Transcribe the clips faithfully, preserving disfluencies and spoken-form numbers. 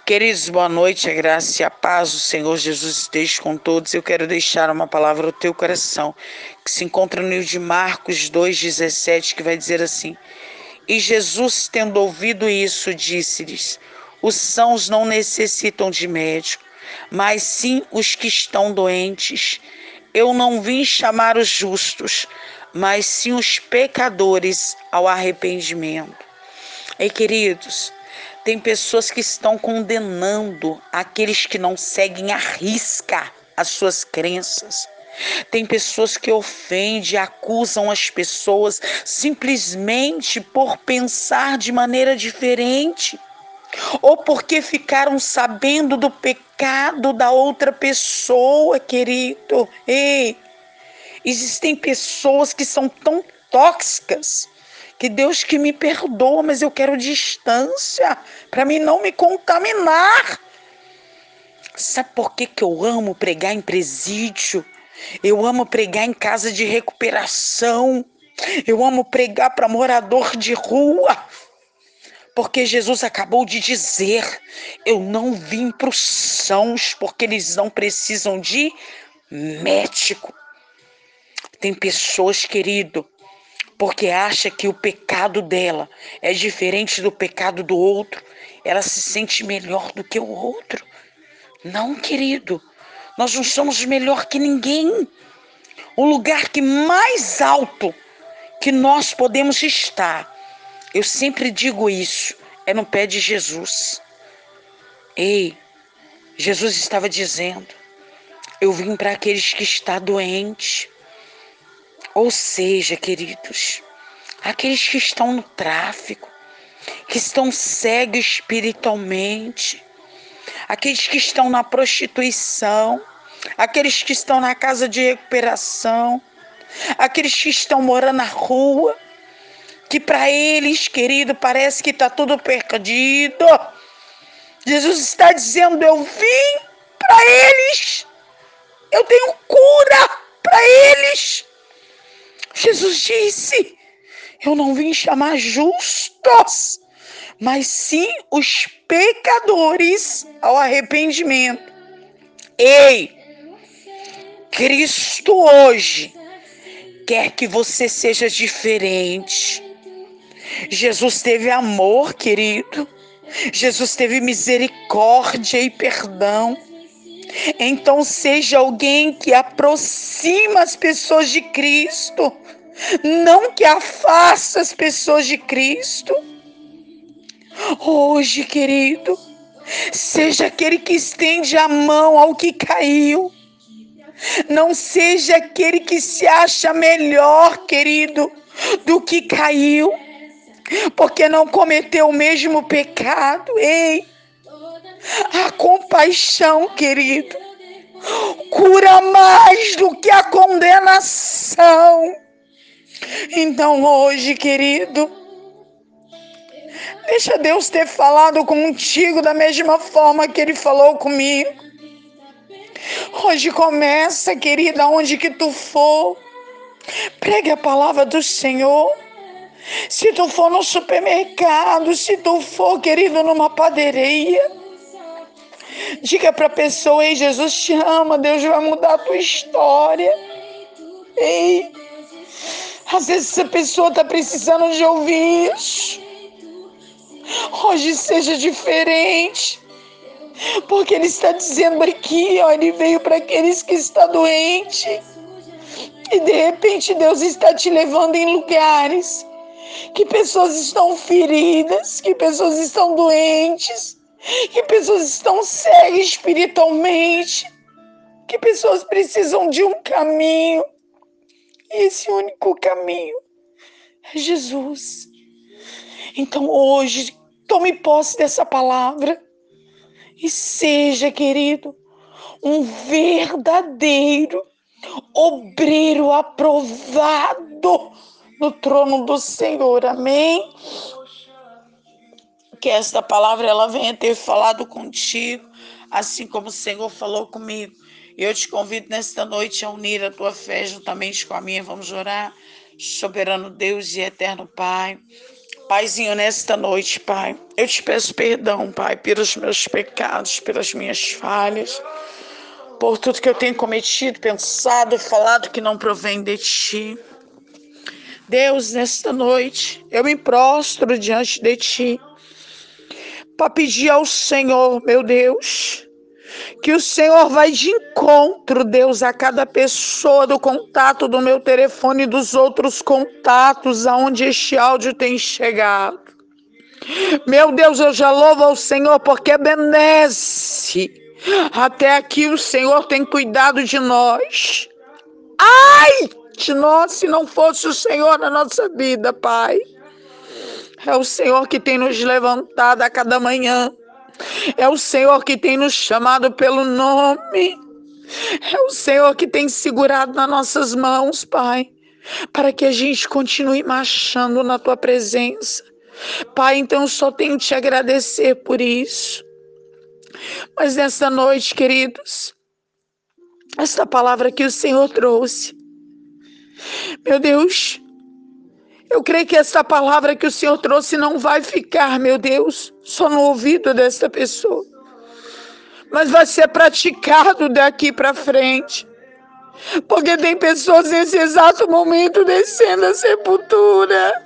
Queridos, boa noite, a graça e a paz do Senhor Jesus esteja com todos. Eu quero deixar uma palavra ao teu coração, que se encontra no livro de Marcos dois, dezessete, que vai dizer assim: E Jesus, tendo ouvido isso, disse-lhes: Os sãos não necessitam de médico, mas sim os que estão doentes. Eu não vim chamar os justos, mas sim os pecadores ao arrependimento. Ei, queridos, tem pessoas que estão condenando aqueles que não seguem à risca as suas crenças. Tem pessoas que ofendem, acusam as pessoas simplesmente por pensar de maneira diferente, ou porque ficaram sabendo do pecado da outra pessoa, querido. Ei, existem pessoas que são tão tóxicas que Deus que me perdoa, mas eu quero distância para mim não me contaminar. Sabe por que, que eu amo pregar em presídio? Eu amo pregar em casa de recuperação. Eu amo pregar para morador de rua. Porque Jesus acabou de dizer: eu não vim para os sãos, porque eles não precisam de médico. Tem pessoas, querido, porque acha que o pecado dela é diferente do pecado do outro, ela se sente melhor do que o outro. Não, querido, nós não somos melhor que ninguém. O lugar que mais alto que nós podemos estar, eu sempre digo isso, é no pé de Jesus. Ei, Jesus estava dizendo: eu vim para aqueles que estão doentes. Ou seja, queridos, aqueles que estão no tráfico, que estão cegos espiritualmente, aqueles que estão na prostituição, aqueles que estão na casa de recuperação, aqueles que estão morando na rua, que para eles, querido, parece que está tudo perdido. Jesus está dizendo: eu vim para eles, eu tenho cura para eles. Jesus disse: eu não vim chamar justos, mas sim os pecadores ao arrependimento. Ei, Cristo hoje quer que você seja diferente. Jesus teve amor, querido. Jesus teve misericórdia e perdão. Então seja alguém que aproxima as pessoas de Cristo, não que afasta as pessoas de Cristo. Hoje, querido, seja aquele que estende a mão ao que caiu. Não seja aquele que se acha melhor, querido, do que caiu, porque não cometeu o mesmo pecado. Ei, a compaixão, querido, cura mais do que a condenação. Então hoje, querido, deixa Deus ter falado contigo da mesma forma que Ele falou comigo. Hoje começa, querida, onde que tu for, pregue a palavra do Senhor. Se tu for no supermercado, se tu for, querido, numa padaria, diga para a pessoa: ei, Jesus te ama, Deus vai mudar a tua história. Ei, às vezes essa pessoa está precisando de ouvir isso. Hoje seja diferente, porque Ele está dizendo aqui, ó, Ele veio para aqueles que estão doentes. E de repente Deus está te levando em lugares que pessoas estão feridas, que pessoas estão doentes, que pessoas estão cegas espiritualmente, que pessoas precisam de um caminho. E esse único caminho é Jesus. Então hoje, tome posse dessa palavra e seja, querido, um verdadeiro obreiro aprovado no trono do Senhor. Amém? Que esta palavra ela venha ter falado contigo, assim como o Senhor falou comigo. Eu te convido nesta noite a unir a tua fé juntamente com a minha. Vamos orar. Soberano Deus e eterno Pai, Paizinho, nesta noite, Pai, eu te peço perdão, Pai, pelos meus pecados, pelas minhas falhas, por tudo que eu tenho cometido, pensado, falado que não provém de Ti. Deus, nesta noite, eu me prostro diante de Ti para pedir ao Senhor, meu Deus, que o Senhor vai de encontro, Deus, a cada pessoa do contato do meu telefone e dos outros contatos aonde este áudio tem chegado. Meu Deus, eu já louvo ao Senhor porque benesse. Até aqui o Senhor tem cuidado de nós. Ai, de nós, se não fosse o Senhor na nossa vida, Pai. É o Senhor que tem nos levantado a cada manhã. É o Senhor que tem nos chamado pelo nome. É o Senhor que tem segurado nas nossas mãos, Pai, para que a gente continue marchando na Tua presença. Pai, então eu só tenho que te agradecer por isso. Mas nessa noite, queridos, esta palavra que o Senhor trouxe, meu Deus, eu creio que essa palavra que o Senhor trouxe não vai ficar, meu Deus, só no ouvido desta pessoa, mas vai ser praticado daqui para frente. Porque tem pessoas nesse exato momento descendo a sepultura.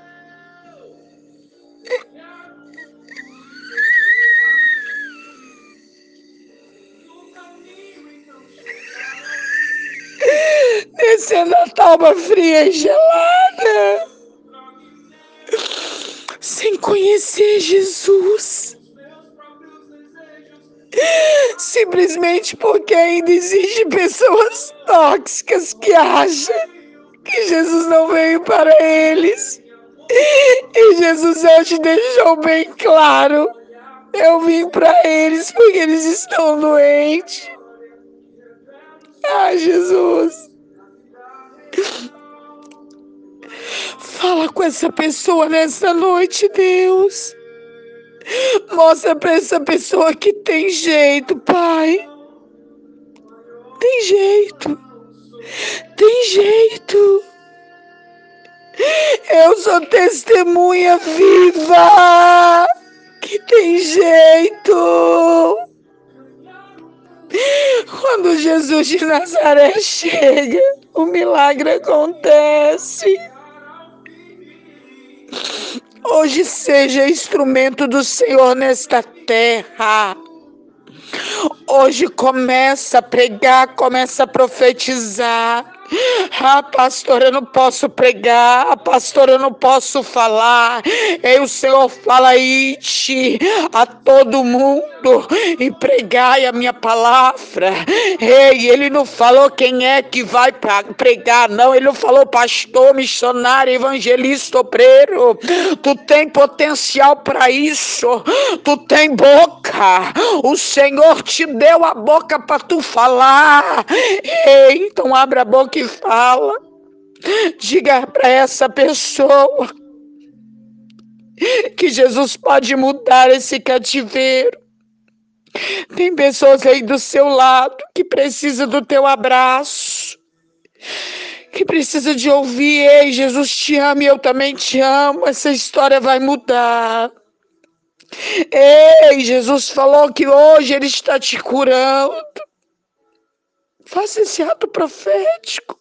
Descendo a tábua fria e gelada. Sem conhecer Jesus. Simplesmente porque ainda existem pessoas tóxicas que acham que Jesus não veio para eles. E Jesus hoje deixou bem claro: eu vim para eles porque eles estão doentes. Ah, Jesus. Fala com essa pessoa nessa noite, Deus. Mostra para essa pessoa que tem jeito, Pai. Tem jeito. Tem jeito. Eu sou testemunha viva que tem jeito. Quando Jesus de Nazaré chega, o milagre acontece. Hoje seja instrumento do Senhor nesta terra. Hoje começa a pregar, começa a profetizar. Ah, pastor, eu não posso pregar. Ah, pastor, eu não posso falar. E o Senhor fala: ide a todo mundo e pregai a minha palavra. Ei, ele não falou quem é que vai pregar, não. Ele não falou pastor, missionário, evangelista, obreiro. Tu tem potencial para isso. Tu tem boca. O Senhor te deu a boca para tu falar. Ei, então abra a boca e fala. Diga para essa pessoa que Jesus pode mudar esse cativeiro. Tem pessoas aí do seu lado que precisam do teu abraço, que precisa de ouvir: ei, Jesus te ama e eu também te amo. Essa história vai mudar. Ei, Jesus falou que hoje Ele está te curando. Faça esse ato profético.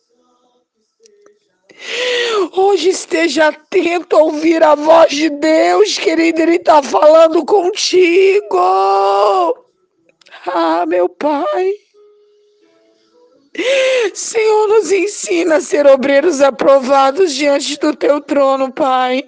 Hoje esteja atento a ouvir a voz de Deus, querido. Ele está falando contigo. Ah, meu Pai. Senhor, nos ensina a ser obreiros aprovados diante do Teu trono, Pai.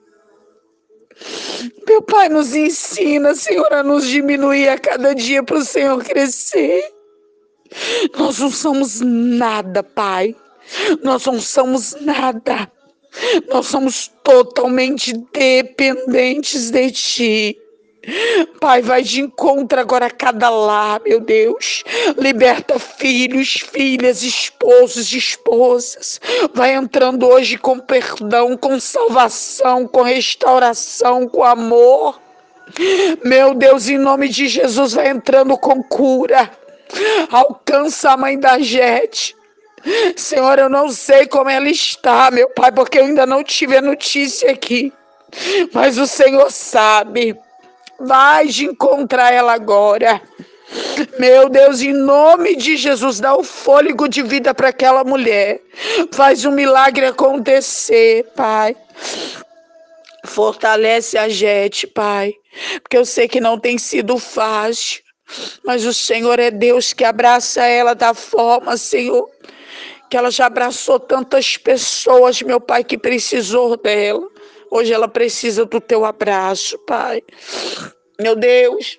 Meu Pai, nos ensina, Senhor, a nos diminuir a cada dia para o Senhor crescer. Nós não somos nada, Pai. Nós não somos nada. Nós somos totalmente dependentes de Ti. Pai, vai de encontro agora a cada lar, meu Deus. Liberta filhos, filhas, esposos, esposas. Vai entrando hoje com perdão, com salvação, com restauração, com amor. Meu Deus, em nome de Jesus, vai entrando com cura. Alcança a mãe da Jete. Senhor, eu não sei como ela está, meu Pai, porque eu ainda não tive a notícia aqui. mas o Senhor sabe. Vai de encontrar ela agora. Meu Deus, em nome de Jesus, dá o fôlego de vida para aquela mulher. Faz um milagre acontecer, Pai. Fortalece a gente, Pai, porque eu sei que não tem sido fácil, mas o Senhor é Deus que abraça ela da forma, Senhor, que ela já abraçou tantas pessoas, meu Pai, que precisou dela. Hoje ela precisa do teu abraço, Pai. Meu Deus,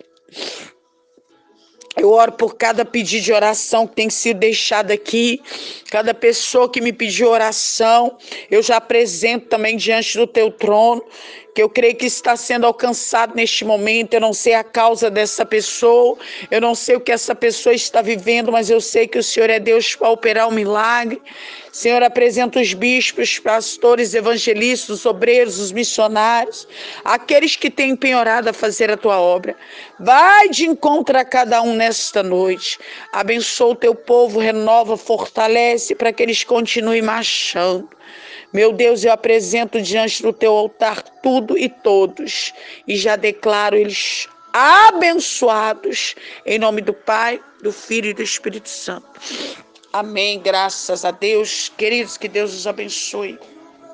eu oro por cada pedido de oração que tem sido deixado aqui, cada pessoa que me pediu oração, eu já apresento também diante do teu trono, que eu creio que está sendo alcançado neste momento. Eu não sei a causa dessa pessoa, eu não sei o que essa pessoa está vivendo, mas eu sei que o Senhor é Deus para operar um milagre. Senhor, apresenta os bispos, pastores, evangelistas, os obreiros, os missionários, aqueles que têm empenhorado a fazer a tua obra. Vai de encontro a cada um nesta noite. Abençoa o teu povo, renova, fortalece para que eles continuem marchando. Meu Deus, eu apresento diante do teu altar tudo e todos e já declaro eles abençoados em nome do Pai, do Filho e do Espírito Santo. Amém, graças a Deus. Queridos, que Deus os abençoe.